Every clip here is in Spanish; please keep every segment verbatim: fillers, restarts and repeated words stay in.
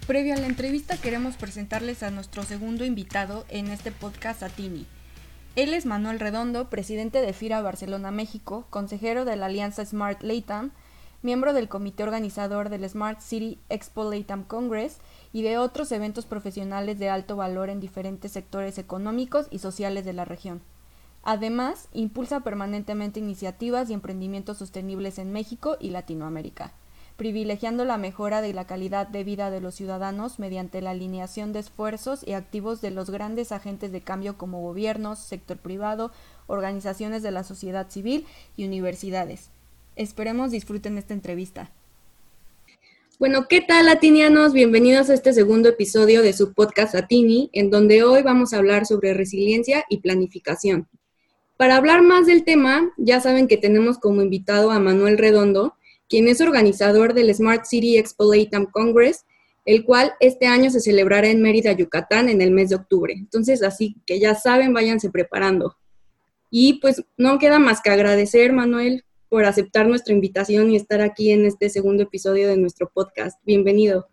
Previo a la entrevista queremos presentarles a nuestro segundo invitado en este podcast Atini. Él es Manuel Redondo, presidente de FIRA Barcelona México, consejero de la Alianza Smart LATAM, miembro del comité organizador del Smart City Expo LATAM Congress y de otros eventos profesionales de alto valor en diferentes sectores económicos y sociales de la región. Además, impulsa permanentemente iniciativas y emprendimientos sostenibles en México y Latinoamérica, privilegiando la mejora de la calidad de vida de los ciudadanos mediante la alineación de esfuerzos y activos de los grandes agentes de cambio como gobiernos, sector privado, organizaciones de la sociedad civil y universidades. Esperemos disfruten esta entrevista. Bueno, ¿qué tal, atinianos? Bienvenidos a este segundo episodio de su podcast Atini, en donde hoy vamos a hablar sobre resiliencia y planificación. Para hablar más del tema, ya saben que tenemos como invitado a Manuel Redondo, quien es organizador del Smart City Expo LATAM Congress, el cual este año se celebrará en Mérida, Yucatán, en el mes de octubre. Entonces, así que ya saben, váyanse preparando. Y pues no queda más que agradecer, Manuel, por aceptar nuestra invitación y estar aquí en este segundo episodio de nuestro podcast. Bienvenido.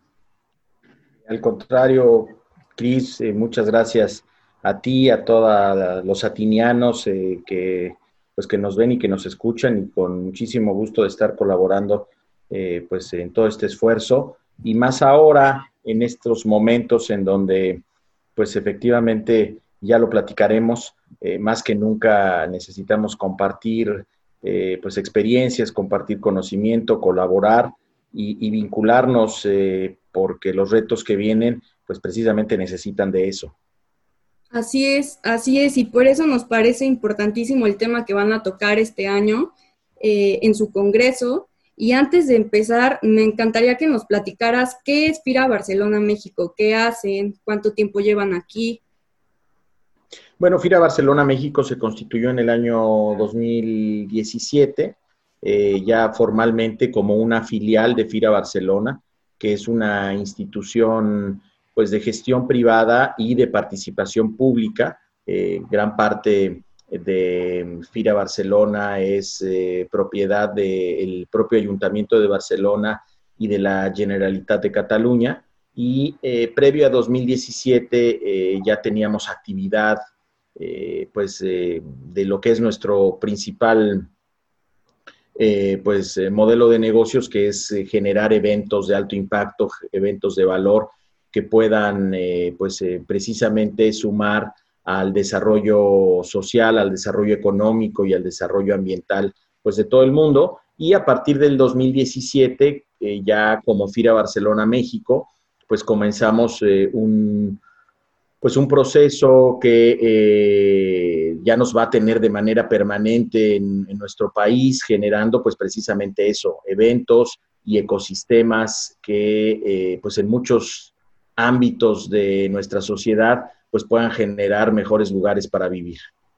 Al contrario, Cris, eh, muchas gracias a ti, a todos los atinianos eh, que... pues que nos ven y que nos escuchan, y con muchísimo gusto de estar colaborando eh, pues en todo este esfuerzo, y más ahora en estos momentos en donde pues efectivamente ya lo platicaremos, eh, más que nunca necesitamos compartir eh, pues experiencias, compartir conocimiento, colaborar y, y vincularnos eh, porque los retos que vienen pues precisamente necesitan de eso. Así es, así es, y por eso nos parece importantísimo el tema que van a tocar este año eh, en su congreso. Y antes de empezar, me encantaría que nos platicaras qué es FIRA Barcelona México, qué hacen, cuánto tiempo llevan aquí. Bueno, FIRA Barcelona México se constituyó en el año dos mil diecisiete, eh, ya formalmente como una filial de FIRA Barcelona, que es una institución pues de gestión privada y de participación pública. Eh, gran parte de FIRA Barcelona es eh, propiedad del propio Ayuntamiento de Barcelona y de la Generalitat de Cataluña, y eh, previo a dos mil diecisiete eh, ya teníamos actividad eh, pues eh, de lo que es nuestro principal Eh, pues eh, modelo de negocios, que es eh, generar eventos de alto impacto, eventos de valor que puedan eh, pues eh, precisamente sumar al desarrollo social, al desarrollo económico y al desarrollo ambiental pues de todo el mundo. Y a partir del dos mil diecisiete, eh, ya como FIRA Barcelona México, pues comenzamos eh, un pues un proceso que eh, ya nos va a tener de manera permanente en, en nuestro país, generando pues precisamente eso, eventos y ecosistemas que eh, pues en muchos ámbitos de nuestra sociedad pues puedan generar mejores lugares para vivir.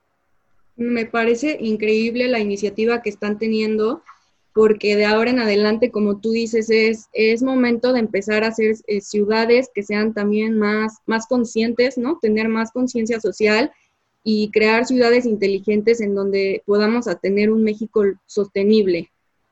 Me parece increíble la iniciativa que están teniendo, porque de ahora en adelante, como tú dices, es, es momento de empezar a hacer eh, ciudades que sean también más, más conscientes, ¿no? Tener más conciencia social y crear ciudades inteligentes en donde podamos tener un México sostenible.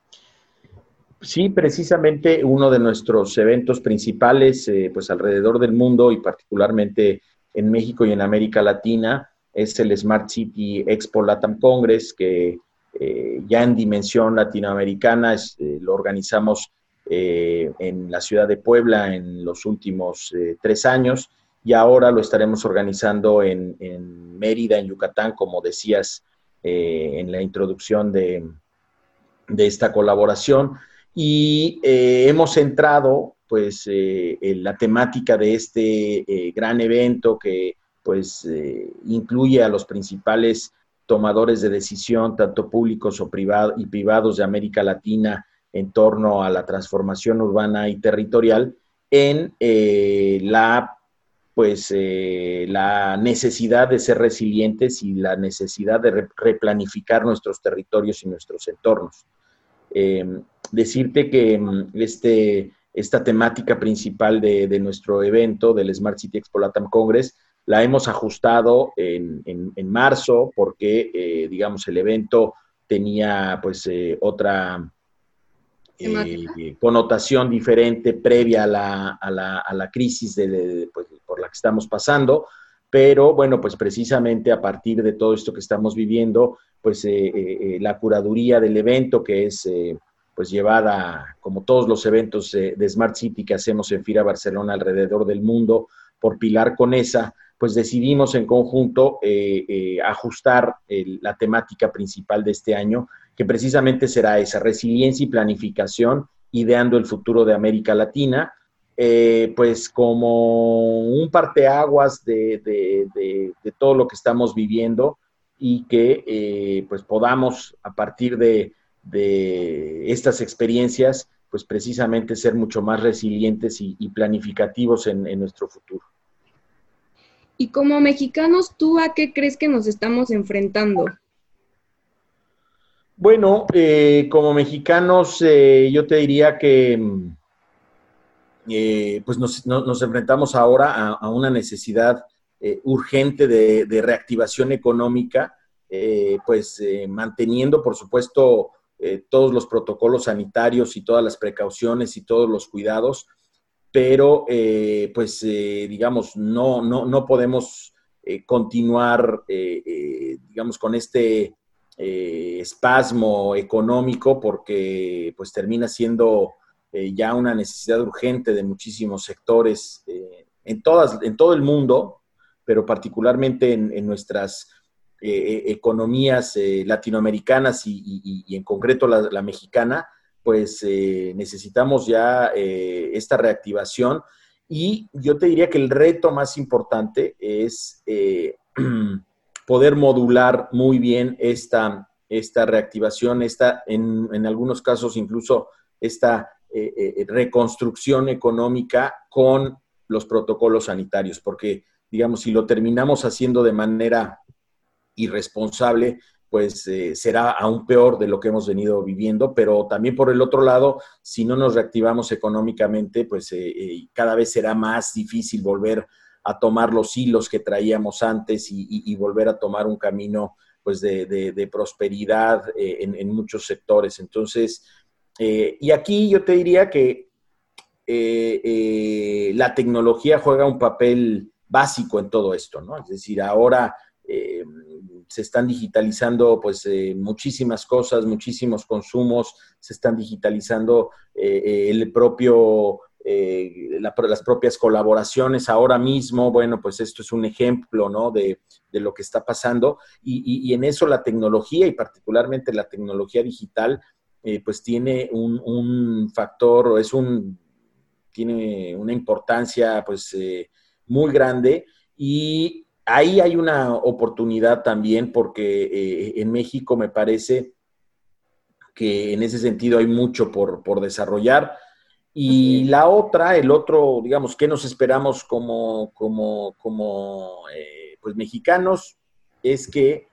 Sí, precisamente uno de nuestros eventos principales, eh, pues alrededor del mundo y particularmente en México y en América Latina, es el Smart City Expo LATAM Congress, que eh, ya en dimensión latinoamericana es, eh, lo organizamos eh, en la ciudad de Puebla en los últimos eh, tres años, y ahora lo estaremos organizando en, en Mérida, en Yucatán, como decías eh, en la introducción de, de esta colaboración. Y eh, hemos centrado pues eh, en la temática de este eh, gran evento que pues eh, incluye a los principales tomadores de decisión, tanto públicos o privado, y privados de América Latina, en torno a la transformación urbana y territorial, en eh, la pues eh, la necesidad de ser resilientes y la necesidad de re replanificar nuestros territorios y nuestros entornos. Eh, decirte que este, esta temática principal de, de nuestro evento, del Smart City Expo LATAM Congress, la hemos ajustado en, en, en marzo porque, eh, digamos, el evento tenía pues eh, otra, eh, connotación diferente previa a la, a la, a la crisis de, de, pues, por la que estamos pasando, pero bueno, pues precisamente a partir de todo esto que estamos viviendo, pues eh, eh, la curaduría del evento, que es eh, pues llevada, como todos los eventos eh, de Smart City que hacemos en FIRA Barcelona alrededor del mundo, por Pilar Conesa, pues decidimos en conjunto eh, eh, ajustar el, la temática principal de este año, que precisamente será esa, resiliencia y planificación, ideando el futuro de América Latina, eh, pues como un parteaguas de, de, de, de todo lo que estamos viviendo y que eh, pues podamos a partir de, de estas experiencias, pues precisamente ser mucho más resilientes y, y planificativos en, en nuestro futuro. Y como mexicanos, ¿tú a qué crees que nos estamos enfrentando? Bueno, eh, como mexicanos, eh, yo te diría que eh, pues nos, no, nos enfrentamos ahora a, a una necesidad eh, urgente de, de reactivación económica, eh, pues eh, manteniendo, por supuesto, eh, todos los protocolos sanitarios y todas las precauciones y todos los cuidados, pero eh, pues eh, digamos, no, no, no podemos eh, continuar, eh, eh, digamos, con este eh, espasmo económico porque pues termina siendo eh, ya una necesidad urgente de muchísimos sectores eh, en, todas, en todo el mundo, pero particularmente en, en nuestras eh, economías eh, latinoamericanas y, y, y en concreto la, la mexicana, pues eh, necesitamos ya eh, esta reactivación y yo te diría que el reto más importante es eh, poder modular muy bien esta, esta reactivación, esta, en, en algunos casos incluso esta eh, eh, reconstrucción económica con los protocolos sanitarios, porque digamos, si lo terminamos haciendo de manera irresponsable, pues eh, será aún peor de lo que hemos venido viviendo, pero también por el otro lado, si no nos reactivamos económicamente, pues eh, eh, cada vez será más difícil volver a tomar los hilos que traíamos antes y, y, y volver a tomar un camino pues de, de, de prosperidad eh, en, en muchos sectores. Entonces, eh, y aquí yo te diría que eh, eh, la tecnología juega un papel básico en todo esto, ¿no? Es decir, ahora Eh, se están digitalizando pues eh, muchísimas cosas, muchísimos consumos, se están digitalizando eh, el propio, eh, la, las propias colaboraciones ahora mismo. Bueno, pues esto es un ejemplo, ¿no? de, de lo que está pasando y, y, y en eso la tecnología y particularmente la tecnología digital eh, pues tiene un, un factor, es un, tiene una importancia pues eh, muy grande y ahí hay una oportunidad también porque eh, en México me parece que en ese sentido hay mucho por, por desarrollar. Y la otra, el otro, digamos, ¿qué nos esperamos como, como, como eh, pues mexicanos? Es que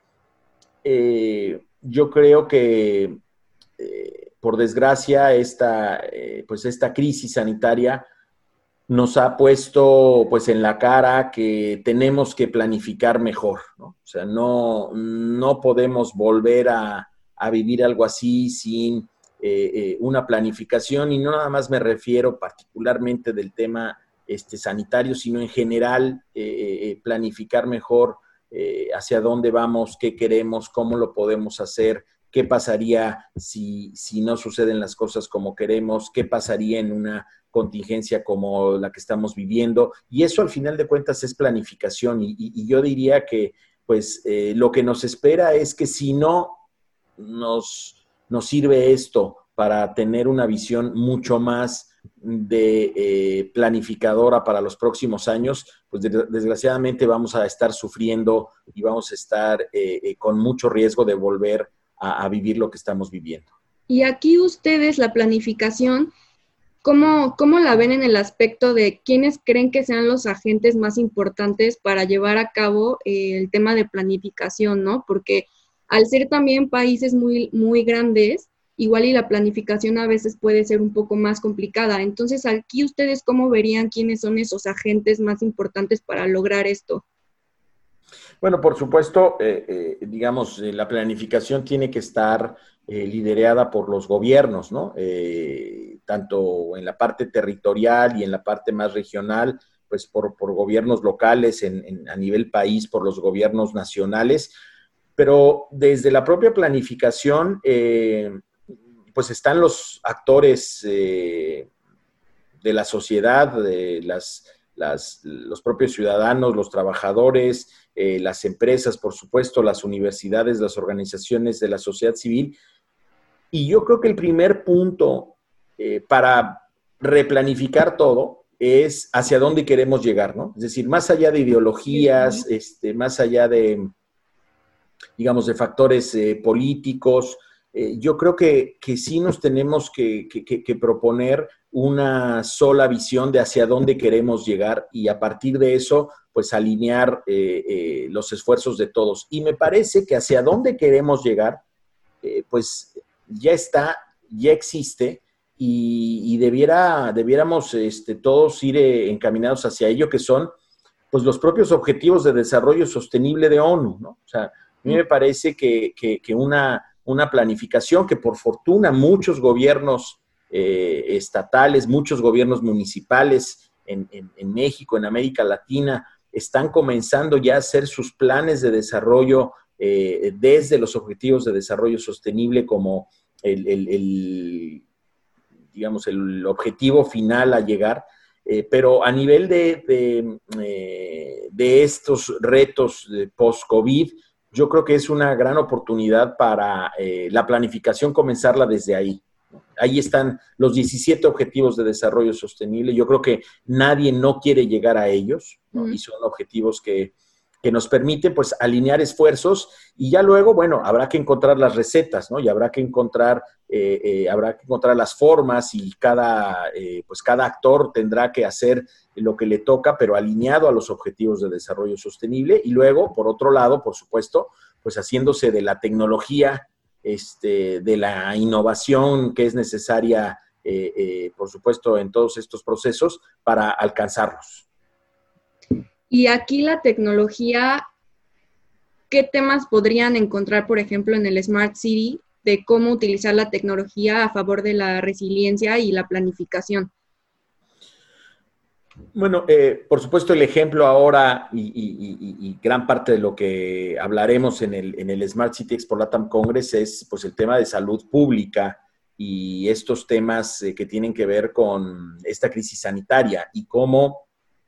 eh, yo creo que, eh, por desgracia, esta, eh, pues esta crisis sanitaria nos ha puesto pues en la cara que tenemos que planificar mejor, ¿no? O sea, no, no podemos volver a, a vivir algo así sin eh, eh, una planificación y no nada más me refiero particularmente del tema este, sanitario, sino en general eh, eh, planificar mejor eh, hacia dónde vamos, qué queremos, cómo lo podemos hacer, qué pasaría si, si no suceden las cosas como queremos, qué pasaría en una contingencia como la que estamos viviendo, y eso al final de cuentas es planificación, y, y, y yo diría que pues eh, lo que nos espera es que si no nos, nos sirve esto para tener una visión mucho más de eh, planificadora para los próximos años, pues de, desgraciadamente vamos a estar sufriendo y vamos a estar eh, eh, con mucho riesgo de volver a, a vivir lo que estamos viviendo. Y aquí ustedes, la planificación, ¿Cómo, ¿Cómo la ven en el aspecto de quiénes creen que sean los agentes más importantes para llevar a cabo eh, el tema de planificación, ¿no? Porque al ser también países muy, muy grandes, igual y la planificación a veces puede ser un poco más complicada. Entonces, aquí ustedes, ¿cómo verían quiénes son esos agentes más importantes para lograr esto? Bueno, por supuesto, eh, eh, digamos, eh, la planificación tiene que estar eh, liderada por los gobiernos, ¿no? Eh, tanto en la parte territorial y en la parte más regional, pues por, por gobiernos locales, en, en, a nivel país, por los gobiernos nacionales, pero desde la propia planificación, eh, pues están los actores eh, de la sociedad, de las, las, los propios ciudadanos, los trabajadores, eh, las empresas, por supuesto, las universidades, las organizaciones de la sociedad civil. Y yo creo que el primer punto eh, para replanificar todo es hacia dónde queremos llegar, ¿no? Es decir, más allá de ideologías, este, más allá de, digamos, de factores eh, políticos, eh, yo creo que, que sí nos tenemos que, que, que proponer una sola visión de hacia dónde queremos llegar y a partir de eso, pues alinear eh, eh, los esfuerzos de todos. Y me parece que hacia dónde queremos llegar, eh, pues ya está, ya existe y, y debiera, debiéramos este, todos ir eh, encaminados hacia ello, que son pues los propios objetivos de desarrollo sostenible de ONU, ¿no? O sea, a mí me parece que, que, que una, una planificación que por fortuna muchos gobiernos eh, estatales, muchos gobiernos municipales en, en, en México, en América Latina, están comenzando ya a hacer sus planes de desarrollo eh, desde los objetivos de desarrollo sostenible como el, el, el digamos, el objetivo final a llegar. Eh, pero a nivel de, de, eh, de estos retos post-COVID, yo creo que es una gran oportunidad para eh, la planificación comenzarla desde ahí. Ahí están los diecisiete objetivos de desarrollo sostenible. Yo creo que nadie no quiere llegar a ellos, ¿no? Mm. Y son objetivos que, que nos permiten pues alinear esfuerzos y ya luego, bueno, habrá que encontrar las recetas, ¿no? Y habrá que encontrar, eh, eh, habrá que encontrar las formas y cada, eh, pues cada actor tendrá que hacer lo que le toca, pero alineado a los objetivos de desarrollo sostenible. Y luego, por otro lado, por supuesto, pues haciéndose de la tecnología, este, de la innovación que es necesaria, eh, eh, por supuesto, en todos estos procesos para alcanzarlos. Y aquí la tecnología, ¿qué temas podrían encontrar, por ejemplo, en el Smart City de cómo utilizar la tecnología a favor de la resiliencia y la planificación? Bueno, eh, por supuesto el ejemplo ahora y, y, y, y gran parte de lo que hablaremos en el, en el Smart City Expo Latam Congress es pues, el tema de salud pública y estos temas eh, que tienen que ver con esta crisis sanitaria y cómo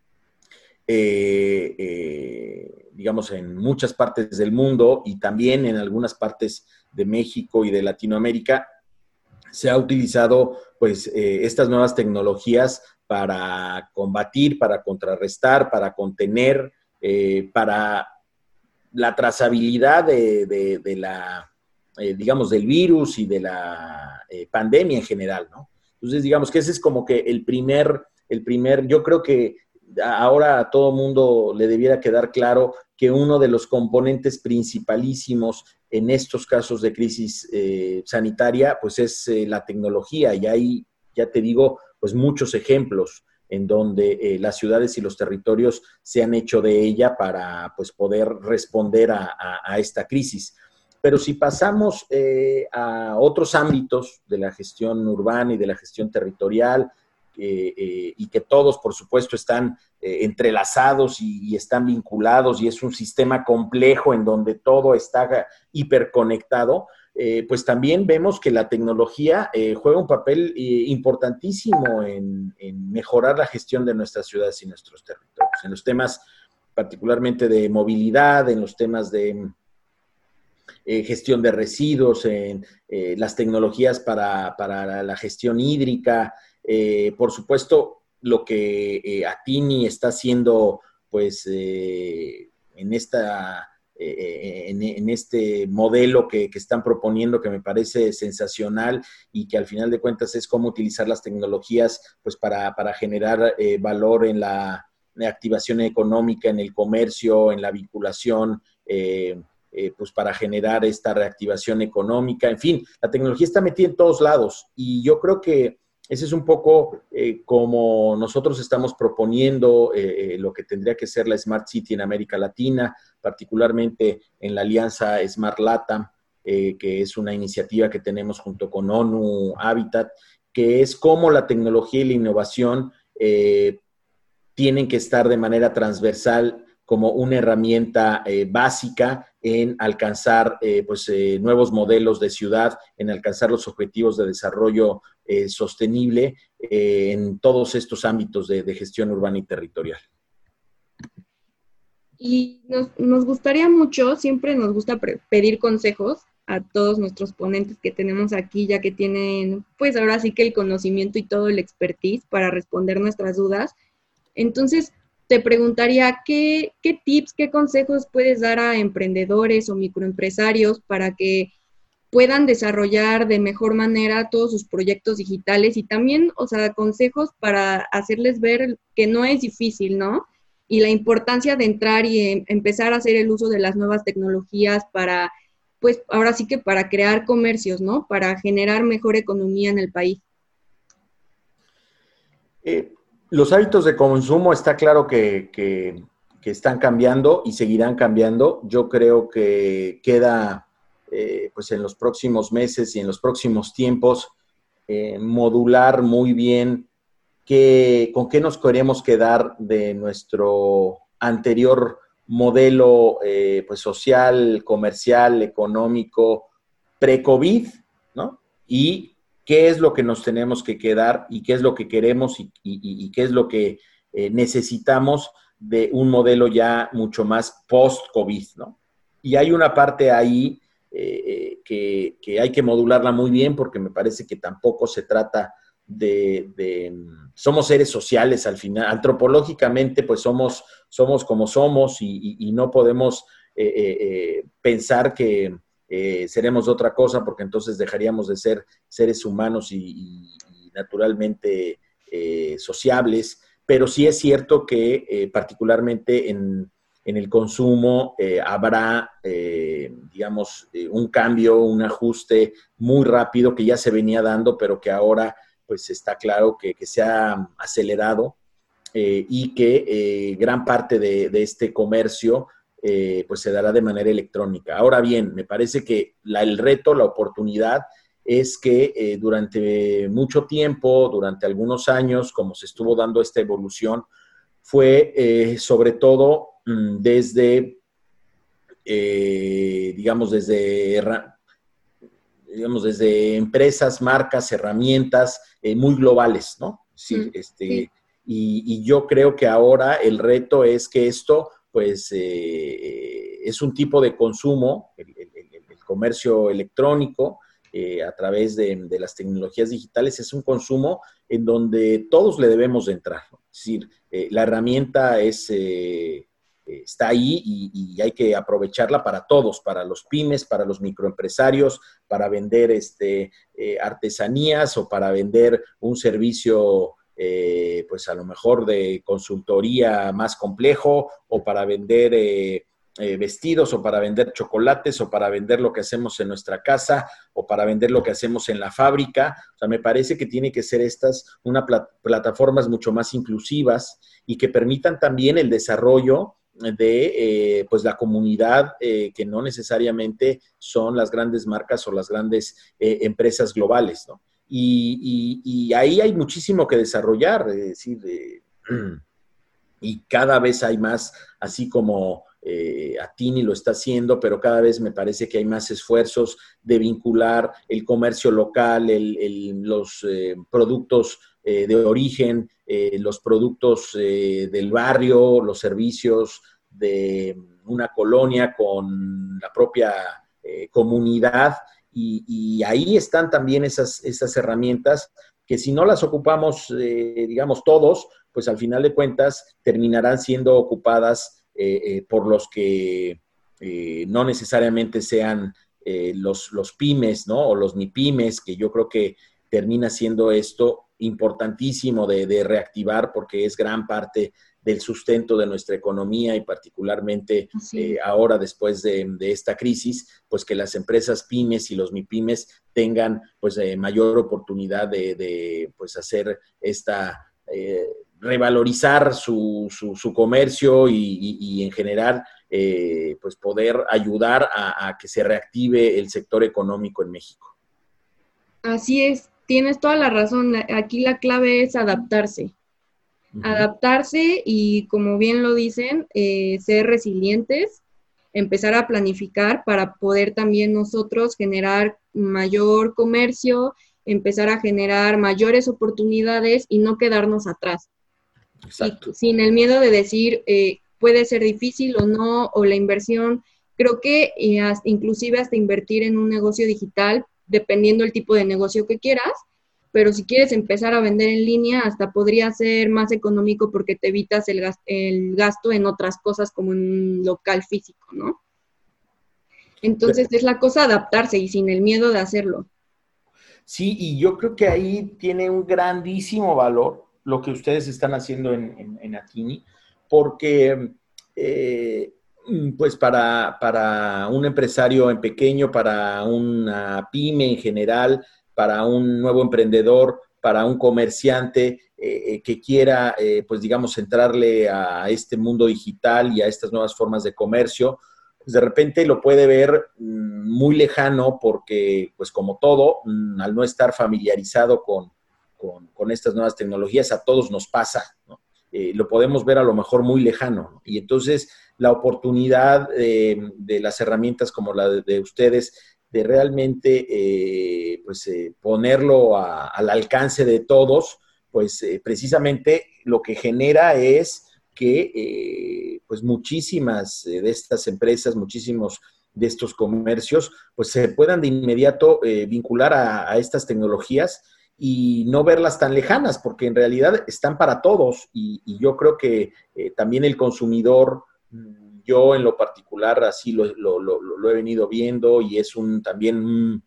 Eh, eh, digamos, en muchas partes del mundo y también en algunas partes de México y de Latinoamérica, se ha utilizado, pues, eh, estas nuevas tecnologías para combatir, para contrarrestar, para contener, eh, para la trazabilidad de, de, de la, eh, digamos, del virus y de la eh, pandemia en general, ¿no? Entonces, digamos que ese es como que el primer, el primer, yo creo que ahora a todo mundo le debiera quedar claro que uno de los componentes principalísimos en estos casos de crisis eh, sanitaria, pues es eh, la tecnología. Y hay, ya te digo, pues muchos ejemplos en donde eh, las ciudades y los territorios se han hecho de ella para pues, poder responder a, a, a esta crisis. Pero si pasamos eh, a otros ámbitos de la gestión urbana y de la gestión territorial, Eh, eh, y que todos, por supuesto, están eh, entrelazados y, y están vinculados y es un sistema complejo en donde todo está hiperconectado, eh, pues también vemos que la tecnología eh, juega un papel eh, importantísimo en, en mejorar la gestión de nuestras ciudades y nuestros territorios, en los temas particularmente de movilidad, en los temas de eh, gestión de residuos, en eh, las tecnologías para, para la gestión hídrica. Eh, por supuesto, lo que eh, Atini está haciendo, pues, eh, en, esta, eh, en, en este modelo que, que están proponiendo, que me parece sensacional y que al final de cuentas es cómo utilizar las tecnologías, pues, para, para generar eh, valor en la, en la activación económica, en el comercio, en la vinculación, eh, eh, pues, para generar esta reactivación económica. En fin, la tecnología está metida en todos lados y yo creo que ese es un poco eh, como nosotros estamos proponiendo eh, lo que tendría que ser la Smart City en América Latina, particularmente en la alianza Smart LATAM, eh, que es una iniciativa que tenemos junto con ONU Habitat, que es cómo la tecnología y la innovación eh, tienen que estar de manera transversal como una herramienta eh, básica en alcanzar eh, pues, eh, nuevos modelos de ciudad, en alcanzar los objetivos de desarrollo eh, sostenible eh, en todos estos ámbitos de, de gestión urbana y territorial. Y nos, nos gustaría mucho, siempre nos gusta pedir consejos a todos nuestros ponentes que tenemos aquí, ya que tienen, pues ahora sí que el conocimiento y todo el expertise para responder nuestras dudas. Entonces, te preguntaría, ¿qué, qué tips, qué consejos puedes dar a emprendedores o microempresarios para que puedan desarrollar de mejor manera todos sus proyectos digitales? Y también, o sea, consejos para hacerles ver que no es difícil, ¿no? Y la importancia de entrar y em, empezar a hacer el uso de las nuevas tecnologías para, pues, ahora sí que para crear comercios, ¿no? Para generar mejor economía en el país. Eh, los hábitos de consumo está claro que, que, que están cambiando y seguirán cambiando. Yo creo que queda, eh, pues en los próximos meses y en los próximos tiempos, eh, modular muy bien qué, con qué nos queremos quedar de nuestro anterior modelo eh, pues social, comercial, económico, pre-COVID, ¿no? Y qué es lo que nos tenemos que quedar y qué es lo que queremos y, y, y qué es lo que eh, necesitamos de un modelo ya mucho más post-COVID, ¿no? Y hay una parte ahí eh, que, que hay que modularla muy bien porque me parece que tampoco se trata de, de somos seres sociales al final, antropológicamente pues somos, somos como somos y, y, y no podemos eh, eh, pensar que Eh, seremos otra cosa porque entonces dejaríamos de ser seres humanos y, y, y naturalmente eh, sociables, pero sí es cierto que eh, particularmente en, en, el consumo eh, habrá, eh, digamos, eh, un cambio, un ajuste muy rápido que ya se venía dando, pero que ahora pues está claro que, que se ha acelerado eh, y que eh, gran parte de, de este comercio Eh, pues se dará de manera electrónica. Ahora bien, me parece que la, el reto, la oportunidad es que eh, durante mucho tiempo, durante algunos años, como se estuvo dando esta evolución, fue eh, sobre todo mmm, desde, eh, digamos, desde, digamos, desde empresas, marcas, herramientas eh, muy globales, ¿no? Sí, mm, este, sí. Y, y yo creo que ahora el reto es que esto pues eh, es un tipo de consumo, el, el, el comercio electrónico, eh, a través de, de las tecnologías digitales, es un consumo en donde todos le debemos de entrar, ¿no? Es decir, eh, la herramienta es, eh, está ahí y, y hay que aprovecharla para todos, para los pymes, para los microempresarios, para vender este, eh, artesanías o para vender un servicio Eh, pues a lo mejor de consultoría más complejo o para vender eh, eh, vestidos o para vender chocolates o para vender lo que hacemos en nuestra casa o para vender lo que hacemos en la fábrica. O sea, me parece que tiene que ser estas una plat plataformas mucho más inclusivas y que permitan también el desarrollo de eh, pues la comunidad eh, que no necesariamente son las grandes marcas o las grandes eh, empresas globales, ¿no? Y, y, y ahí hay muchísimo que desarrollar, es decir, eh, y cada vez hay más, así como eh, Atini lo está haciendo, pero cada vez me parece que hay más esfuerzos de vincular el comercio local, el, el, los eh, productos eh, de origen, eh, los productos eh, del barrio, los servicios de una colonia con la propia eh, comunidad. Y, y ahí están también esas, esas herramientas que si no las ocupamos, eh, digamos, todos, pues al final de cuentas terminarán siendo ocupadas eh, eh, por los que eh, no necesariamente sean eh, los, los pymes, ¿no? O los MIPYMES, que yo creo que termina siendo esto importantísimo de, de reactivar porque es gran parte del sustento de nuestra economía y particularmente eh, ahora después de, de esta crisis, pues que las empresas pymes y los MIPYMES tengan pues eh, mayor oportunidad de, de pues hacer esta, eh, revalorizar su, su, su comercio y, y, y en general eh, pues poder ayudar a, a que se reactive el sector económico en México. Así es, tienes toda la razón. Aquí la clave es adaptarse. Uh-huh. Adaptarse y, como bien lo dicen, eh, ser resilientes, empezar a planificar para poder también nosotros generar mayor comercio, empezar a generar mayores oportunidades y no quedarnos atrás. Exacto. Y sin el miedo de decir eh, puede ser difícil o no, o la inversión, creo que eh, hasta, inclusive hasta invertir en un negocio digital, dependiendo del tipo de negocio que quieras, pero si quieres empezar a vender en línea, hasta podría ser más económico porque te evitas el gasto, el gasto en otras cosas como en un local físico, ¿no? Entonces es la cosa adaptarse y sin el miedo de hacerlo. Sí, y yo creo que ahí tiene un grandísimo valor lo que ustedes están haciendo en, en, en Atini, porque eh, pues para, para un empresario en pequeño, para una pyme en general, para un nuevo emprendedor, para un comerciante eh, que quiera, eh, pues digamos, entrarle a este mundo digital y a estas nuevas formas de comercio, pues de repente lo puede ver mmm, muy lejano porque, pues como todo, mmm, al no estar familiarizado con, con, con estas nuevas tecnologías, a todos nos pasa, ¿no? Eh, lo podemos ver a lo mejor muy lejano, ¿no? Y entonces la oportunidad eh, de las herramientas como la de, de ustedes, de realmente eh, pues, eh, ponerlo a, al alcance de todos, pues eh, precisamente lo que genera es que eh, pues muchísimas de estas empresas, muchísimos de estos comercios, pues se puedan de inmediato eh, vincular a, a estas tecnologías y no verlas tan lejanas, porque en realidad están para todos y, y yo creo que eh, también el consumidor, yo en lo particular así lo, lo, lo, lo he venido viendo y es un también un,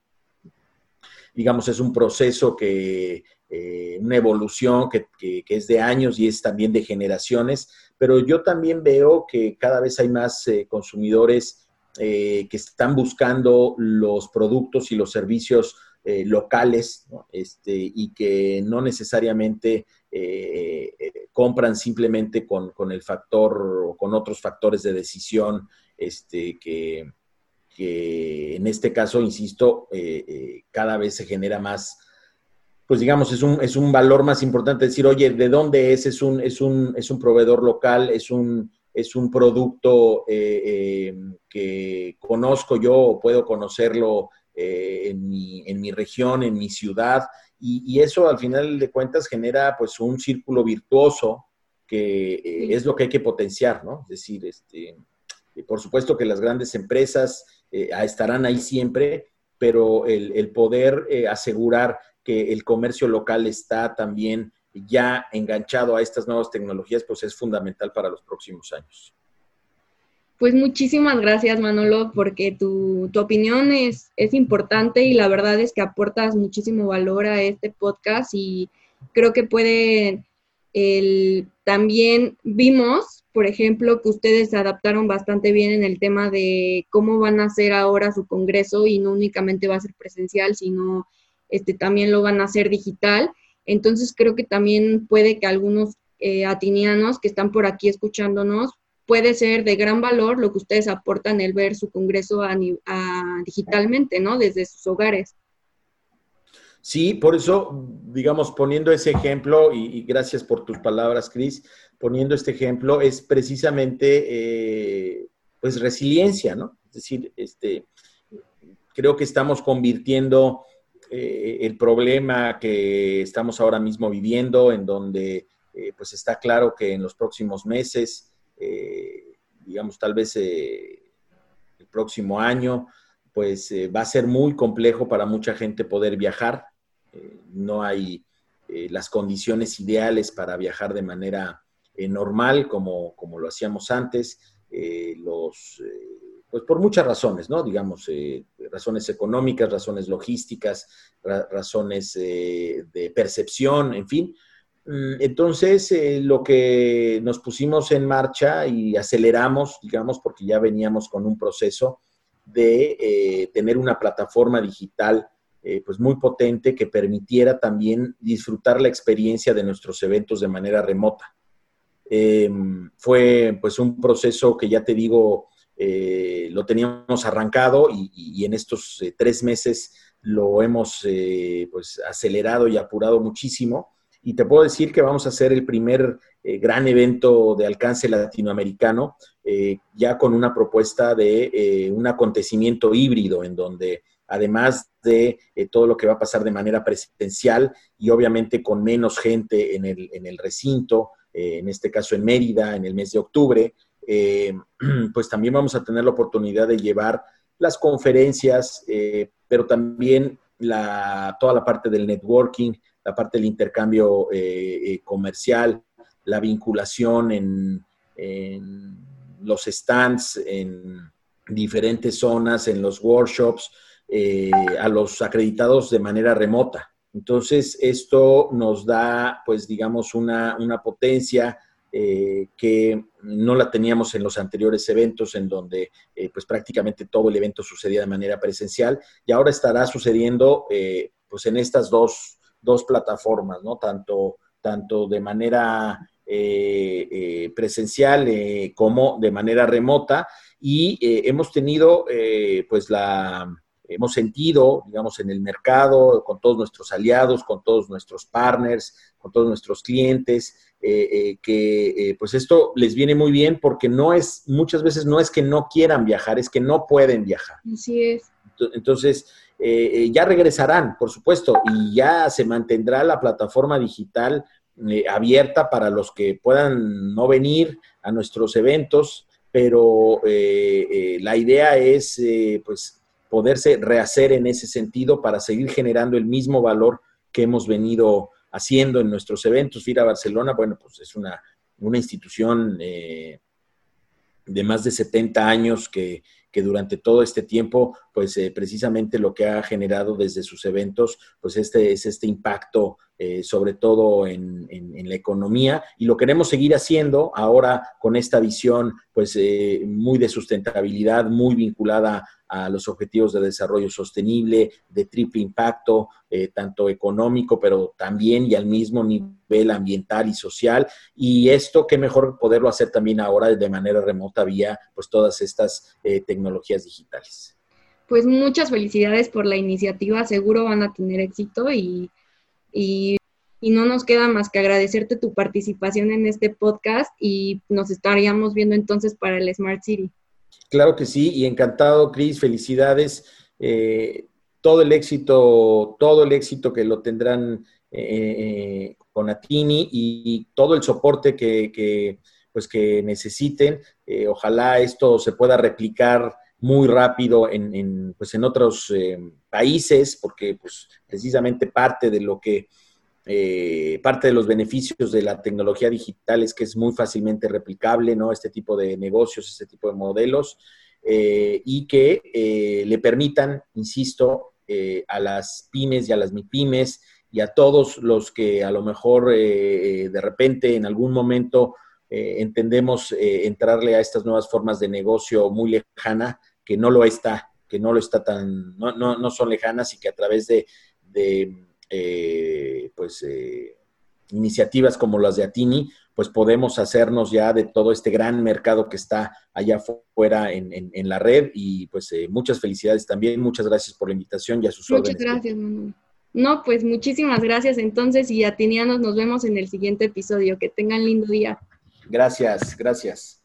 digamos, es un proceso que, eh, una evolución que, que, que es de años y es también de generaciones, pero yo también veo que cada vez hay más eh, consumidores eh, que están buscando los productos y los servicios eh, locales, ¿no? Este, y que no necesariamente eh, eh, compran simplemente con, con el factor o con otros factores de decisión este, que, que en este caso, insisto, eh, eh, cada vez se genera más, pues digamos, es un, es un valor más importante decir, oye, ¿de dónde es? Es un, es un, es un proveedor local, es un, es un producto eh, eh, que conozco yo o puedo conocerlo eh, en, mi, en mi región, en mi ciudad, y, y eso al final de cuentas genera pues un círculo virtuoso que eh, es lo que hay que potenciar, ¿no? Es decir, este, por supuesto que las grandes empresas eh, estarán ahí siempre, pero el, el poder eh, asegurar que el comercio local está también ya enganchado a estas nuevas tecnologías, pues es fundamental para los próximos años. Pues muchísimas gracias, Manolo, porque tu, tu opinión es, es importante y la verdad es que aportas muchísimo valor a este podcast y creo que puede, el, también vimos, por ejemplo, que ustedes se adaptaron bastante bien en el tema de cómo van a hacer ahora su congreso y no únicamente va a ser presencial, sino este, también lo van a hacer digital. Entonces creo que también puede que algunos eh, atinianos que están por aquí escuchándonos puede ser de gran valor lo que ustedes aportan el ver su congreso a, a, digitalmente, ¿no? Desde sus hogares. Sí, por eso, digamos, poniendo ese ejemplo, y, y gracias por tus palabras, Cris, poniendo este ejemplo, es precisamente, eh, pues, resiliencia, ¿no? Es decir, este, creo que estamos convirtiendo eh, el problema que estamos ahora mismo viviendo, en donde, eh, pues, está claro que en los próximos meses, Eh, digamos, tal vez eh, el próximo año, pues eh, va a ser muy complejo para mucha gente poder viajar. Eh, no hay eh, las condiciones ideales para viajar de manera eh, normal como, como lo hacíamos antes. Eh, los, eh, pues por muchas razones, ¿no? Digamos, eh, razones económicas, razones logísticas, ra razones eh, de percepción, en fin. Entonces, eh, lo que nos pusimos en marcha y aceleramos, digamos, porque ya veníamos con un proceso de eh, tener una plataforma digital eh, pues muy potente que permitiera también disfrutar la experiencia de nuestros eventos de manera remota. Eh, fue pues un proceso que ya te digo, eh, lo teníamos arrancado y, y en estos eh, tres meses lo hemos eh, pues acelerado y apurado muchísimo. Y te puedo decir que vamos a hacer el primer eh, gran evento de alcance latinoamericano, eh, ya con una propuesta de eh, un acontecimiento híbrido, en donde además de eh, todo lo que va a pasar de manera presencial y obviamente con menos gente en el, en el recinto, eh, en este caso en Mérida, en el mes de octubre, eh, pues también vamos a tener la oportunidad de llevar las conferencias, eh, pero también la, toda la parte del networking, la parte del intercambio eh, eh, comercial, la vinculación en, en los stands, en diferentes zonas, en los workshops, eh, a los acreditados de manera remota. Entonces, esto nos da, pues, digamos, una, una potencia eh, que no la teníamos en los anteriores eventos, en donde, eh, pues, prácticamente todo el evento sucedía de manera presencial, y ahora estará sucediendo, eh, pues, en estas dos dos plataformas, ¿no? Tanto, tanto de manera eh, eh, presencial eh, como de manera remota. Y eh, hemos tenido, eh, pues la, hemos sentido, digamos, en el mercado, con todos nuestros aliados, con todos nuestros partners, con todos nuestros clientes, eh, eh, que eh, pues esto les viene muy bien porque no es, muchas veces no es que no quieran viajar, es que no pueden viajar. Así es. Entonces, eh, ya regresarán, por supuesto, y ya se mantendrá la plataforma digital eh, abierta para los que puedan no venir a nuestros eventos, pero eh, eh, la idea es, eh, pues, poderse rehacer en ese sentido para seguir generando el mismo valor que hemos venido haciendo en nuestros eventos. FIRA Barcelona, bueno, pues es una, una institución eh, de más de setenta años que, que durante todo este tiempo, pues eh, precisamente lo que ha generado desde sus eventos, pues este es este impacto, eh, sobre todo en, en, en la economía, y lo queremos seguir haciendo ahora con esta visión, pues eh, muy de sustentabilidad, muy vinculada a los objetivos de desarrollo sostenible, de triple impacto, eh, tanto económico, pero también y al mismo nivel ambiental y social. Y esto, qué mejor poderlo hacer también ahora de manera remota vía, pues, todas estas eh, tecnologías digitales. Pues muchas felicidades por la iniciativa, seguro van a tener éxito y, y, y no nos queda más que agradecerte tu participación en este podcast y nos estaríamos viendo entonces para el Smart City. Claro que sí, y encantado, Cris, felicidades. Eh, todo el éxito, todo el éxito que lo tendrán eh, con Atini y todo el soporte que, que, pues que necesiten. Eh, ojalá esto se pueda replicar muy rápido en, en, pues en otros eh, países, porque pues precisamente parte de lo que Eh, parte de los beneficios de la tecnología digital es que es muy fácilmente replicable, ¿no? Este tipo de negocios, este tipo de modelos, eh, y que eh, le permitan, insisto, eh, a las pymes y a las MIPYMES y a todos los que a lo mejor eh, de repente en algún momento eh, entendemos eh, entrarle a estas nuevas formas de negocio muy lejana, que no lo está, que no lo está tan, no, no, no son lejanas y que a través de, de Eh, pues eh, iniciativas como las de Atini, pues podemos hacernos ya de todo este gran mercado que está allá afuera en, en, en la red. Y pues eh, muchas felicidades también, muchas gracias por la invitación y a sus muchas órdenes. Muchas gracias, Manuel. No, pues muchísimas gracias entonces, y atinianos, nos vemos en el siguiente episodio. Que tengan lindo día. Gracias, gracias.